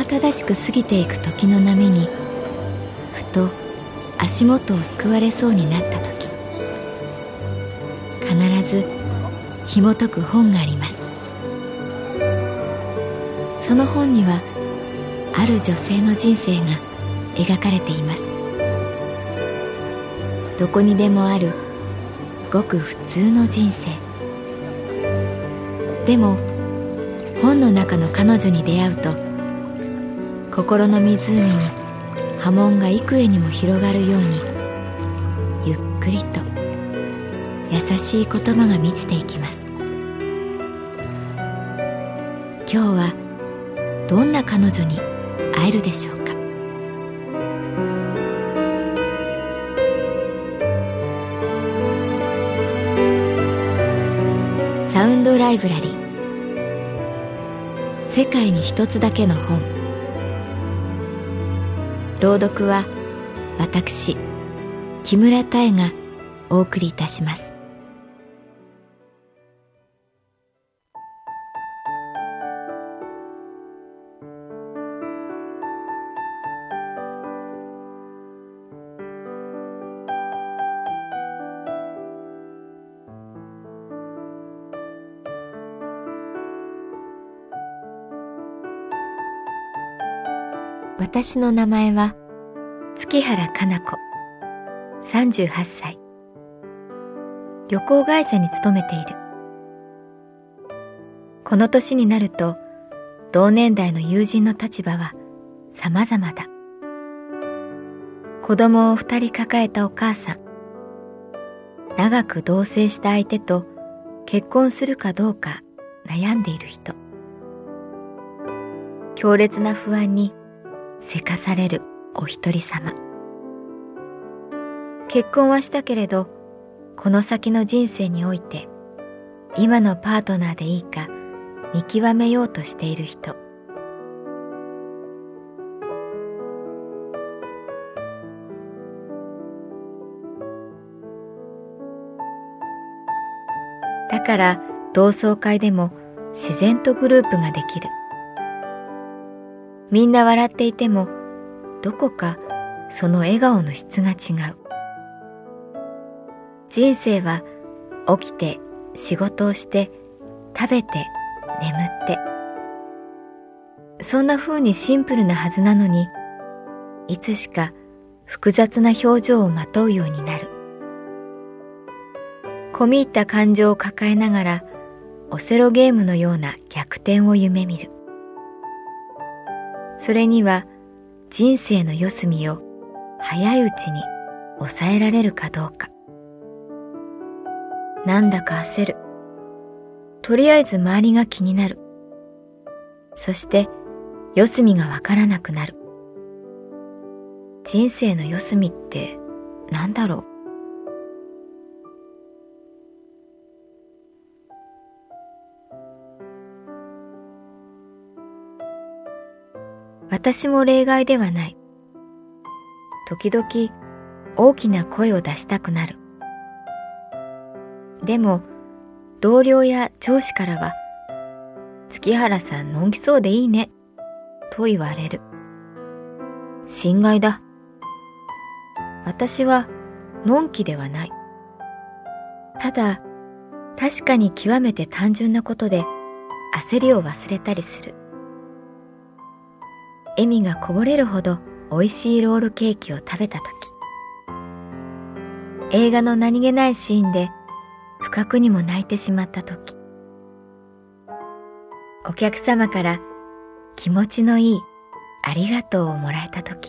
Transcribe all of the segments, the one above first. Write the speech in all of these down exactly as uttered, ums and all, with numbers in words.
慌ただしく過ぎていく時の波にふと足元をすくわれそうになった時、必ず紐解く本があります。その本にはある女性の人生が描かれています。どこにでもあるごく普通の人生。でも本の中の彼女に出会うと、心の湖に波紋が幾重にも広がるように、ゆっくりと優しい言葉が満ちていきます。今日はどんな彼女に会えるでしょうか。サウンドライブラリー、世界に一つだけの本。朗読は私木村多江がお送りいたします。私の名前は月原かな子、さんじゅうはっさい。旅行会社に勤めている。この年になると同年代の友人の立場は様々だ。子供を二人抱えたお母さん、長く同棲した相手と結婚するかどうか悩んでいる人、強烈な不安にせかされるお一人様。結婚はしたけれど、この先の人生において今のパートナーでいいか見極めようとしている人。だから同窓会でも自然とグループができる。みんな笑っていても、どこかその笑顔の質が違う。人生は起きて仕事をして食べて眠って、そんな風にシンプルなはずなのに、いつしか複雑な表情をまとうようになる。込み入った感情を抱えながらオセロゲームのような逆転を夢見る。それには人生の四隅を早いうちに抑えられるかどうか。なんだか焦る。とりあえず周りが気になる。そして四隅がわからなくなる。人生の四隅って何だろう。私も例外ではない。時々大きな声を出したくなる。でも同僚や上司からは、月原さんのんきそうでいいねと言われる。心外だ。私はのんきではない。ただ確かに極めて単純なことで焦りを忘れたりする。笑みがこぼれるほど美味しいロールケーキを食べたとき、映画の何気ないシーンで不覚にも泣いてしまったとき、お客様から気持ちのいいありがとうをもらえたとき、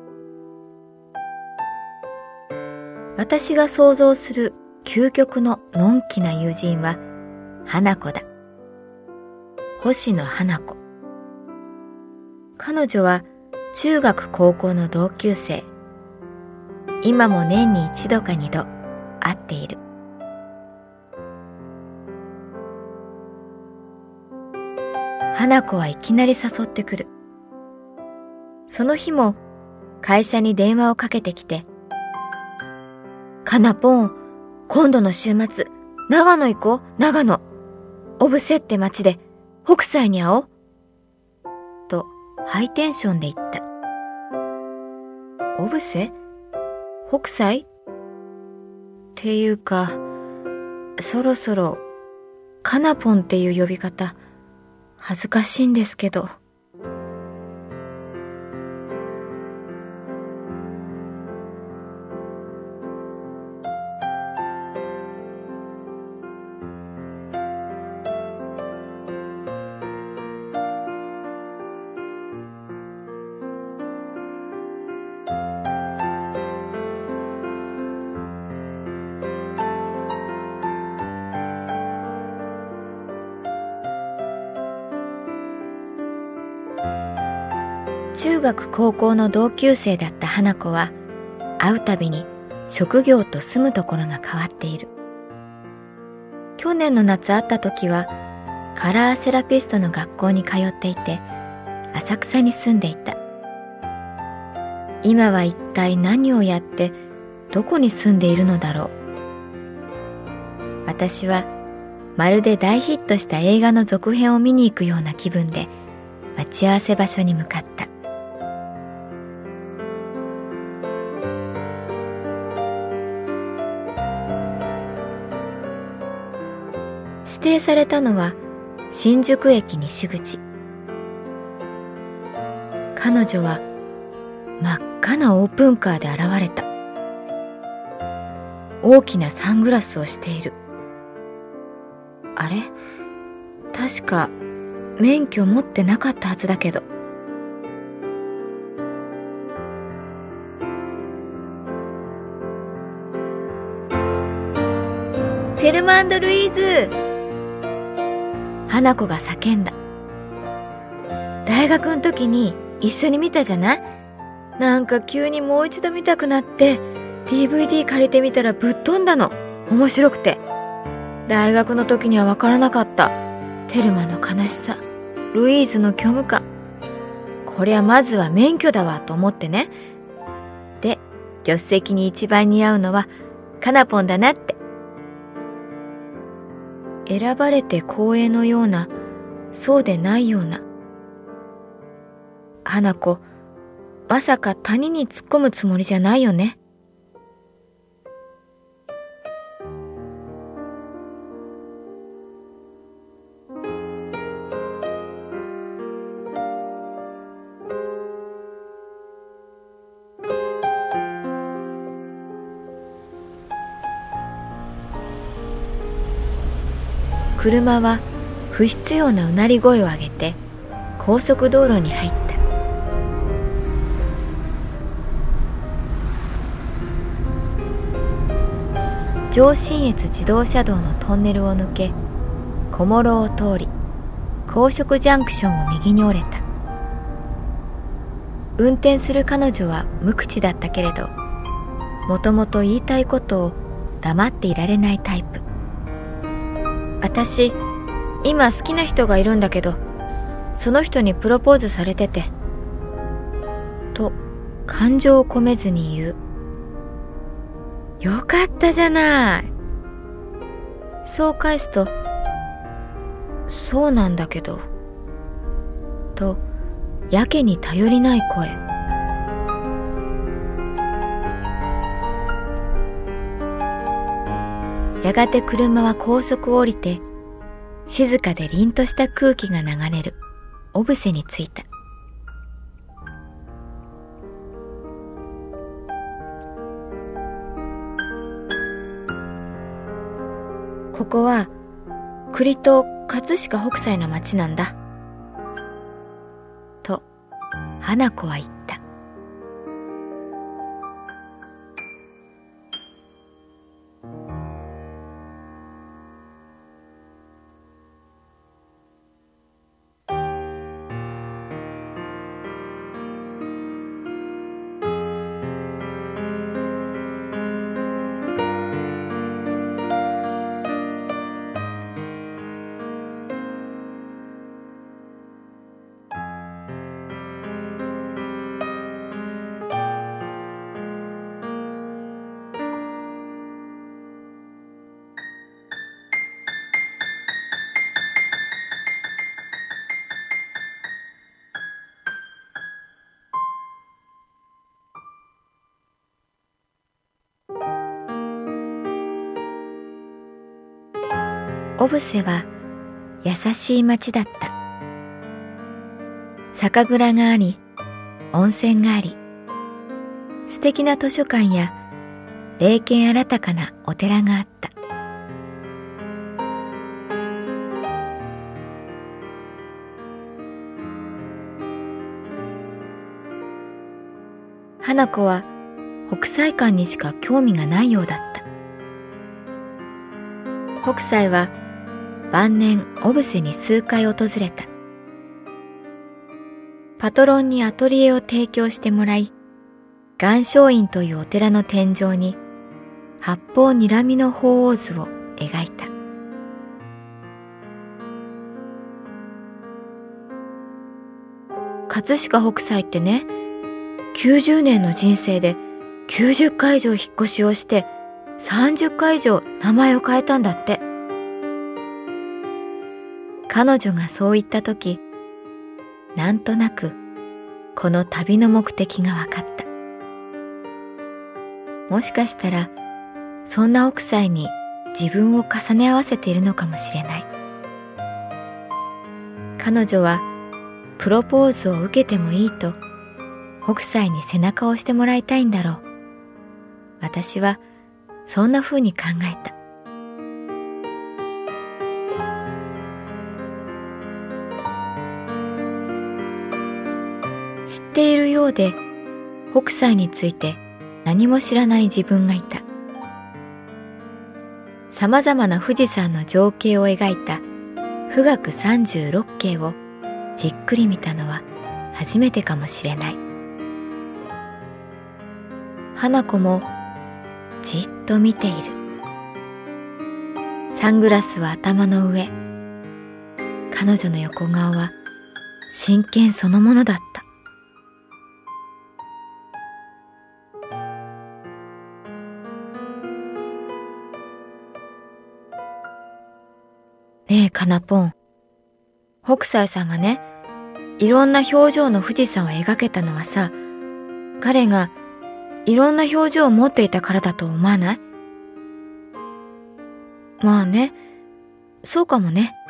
私が想像する究極ののんきな友人は花子だ。星野花子。彼女は中学高校の同級生。今も年に一度か二度会っている。花子はいきなり誘ってくる。その日も会社に電話をかけてきて、かなぽん、今度の週末、長野行こう、長野。小布施って町で北斎に会おう。とハイテンションで言った。小布施？北斎？っていうか、そろそろカナポンっていう呼び方恥ずかしいんですけど。中学高校の同級生だった花子は会うたびに職業と住むところが変わっている。去年の夏会った時はカラーセラピストの学校に通っていて浅草に住んでいた。今は一体何をやってどこに住んでいるのだろう。私はまるで大ヒットした映画の続編を見に行くような気分で待ち合わせ場所に向かった。指定されたのは新宿駅西口。彼女は真っ赤なオープンカーで現れた。大きなサングラスをしている。あれ？確か免許持ってなかったはずだけど。テルマンド・ルイーズ！花子が叫んだ。大学の時に一緒に見たじゃない？なんか急にもう一度見たくなって ディーブイディー 借りてみたらぶっ飛んだの。面白くて。大学の時にはわからなかった。テルマの悲しさ、ルイーズの虚無感。こりゃまずは免許だわと思ってね。で、助手席に一番似合うのはカナポンだなって。選ばれて光栄のような、そうでないような。花子、まさか谷に突っ込むつもりじゃないよね。車は不必要なうなり声を上げて高速道路に入った。上信越自動車道のトンネルを抜け、小諸を通り高速ジャンクションを右に折れた。運転する彼女は無口だったけれど、もともと言いたいことを黙っていられないタイプ。私、今好きな人がいるんだけど、その人にプロポーズされてて。と、感情を込めずに言う。よかったじゃない。そう返すと、そうなんだけど。と、やけに頼りない声。やがて車は高速を降りて、静かで凛とした空気が流れる小布施に着いた。ここは栗と葛飾北斎の町なんだ。と、花子は言った。 小布施は優しい町だった。酒蔵があり、温泉があり、素敵な図書館や霊験新たかなお寺があった。花子は北斎館にしか興味がないようだった。北斎は晩年小布施に数回訪れた。パトロンにアトリエを提供してもらい、岩松院というお寺の天井に八方睨みの鳳凰図を描いた。葛飾北斎ってね、きゅうじゅうねんの人生できゅうじゅっかい以上引っ越しをしてさんじゅっかい以上名前を変えたんだって。彼女がそう言ったとき、なんとなくこの旅の目的が分かった。もしかしたらそんな北斎に自分を重ね合わせているのかもしれない。彼女はプロポーズを受けてもいいと北斎に背中を押してもらいたいんだろう。私はそんな風に考えた。知っているようで北斎について何も知らない自分がいた。さまざまな富士山の情景を描いた富岳三十六景をじっくり見たのは初めてかもしれない。花子もじっと見ている。サングラスは頭の上。彼女の横顔は真剣そのものだった。ねえ、かなぽん。北斎さんがね、いろんな表情の富士山を描けたのはさ、彼がいろんな表情を持っていたからだと思わない？まあね、そうかもね。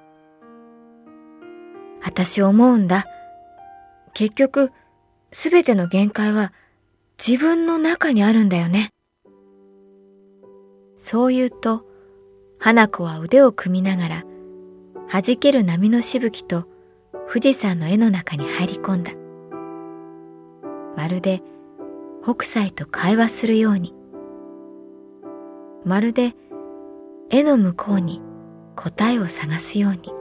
私思うんだ。結局、すべての限界は自分の中にあるんだよね。そう言うと、花子は腕を組みながら、弾ける波のしぶきと富士山の絵の中に入り込んだ。まるで北斎と会話するように。まるで絵の向こうに答えを探すように。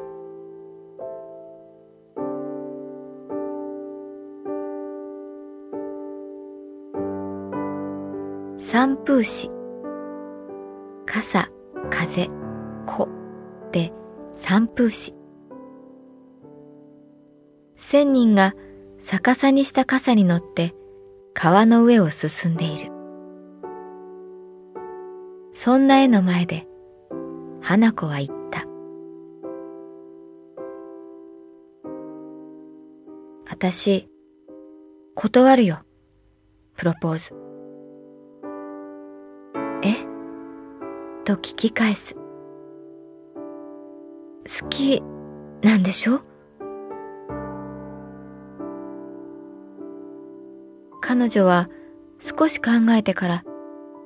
三風詩。傘、風、子で三風詩。千人が逆さにした傘に乗って川の上を進んでいる。そんな絵の前で花子は言った。私、断るよ、プロポーズ。え？と聞き返す。好きなんでしょ？彼女は少し考えてから、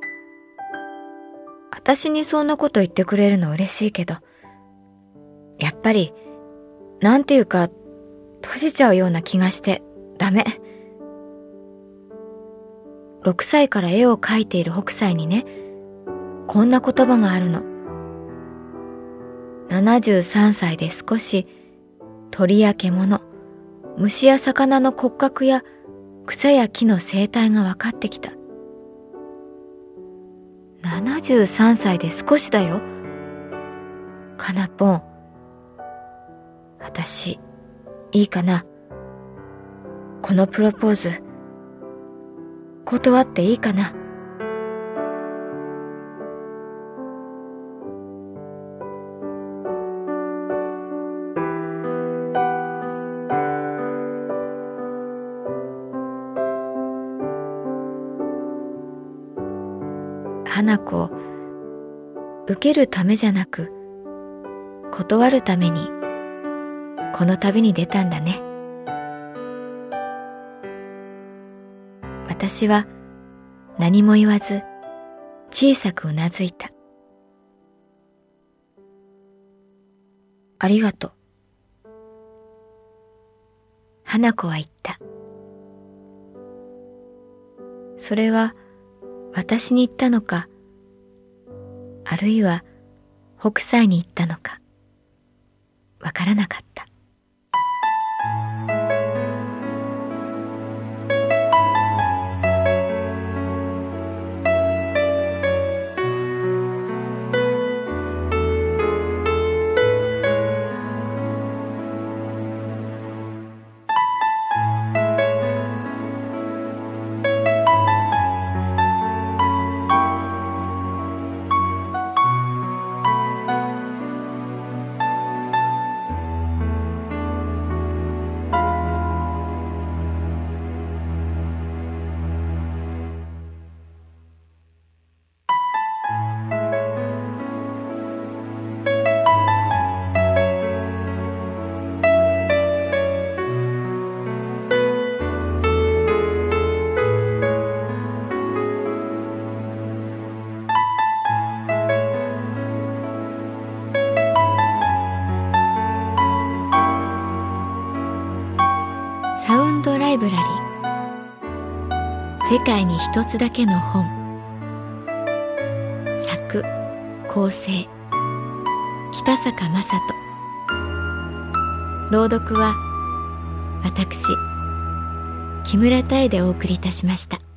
私にそんなこと言ってくれるの嬉しいけど、やっぱり、なんていうか、閉じちゃうような気がして、ダメ。ろくさいから絵を描いている北斎にね、こんな言葉があるの。ななじゅうさんさいで少し鳥や獣、虫や魚の骨格や草や木の生態が分かってきた。ななじゅうさんさいで少しだよ。かなぽん、私、いいかな。このプロポーズ、断っていいかな。花子、受けるためじゃなく、 断るためにこの旅に出たんだね。私は何も言わず小さくうなずいた。ありがとう。花子は言った。それは私に言ったのか、あるいは北斎に言ったのか、わからなかった。サウンドライブラリー、世界に一つだけの本。作・構成北坂雅人。朗読は私木村多江でお送りいたしました。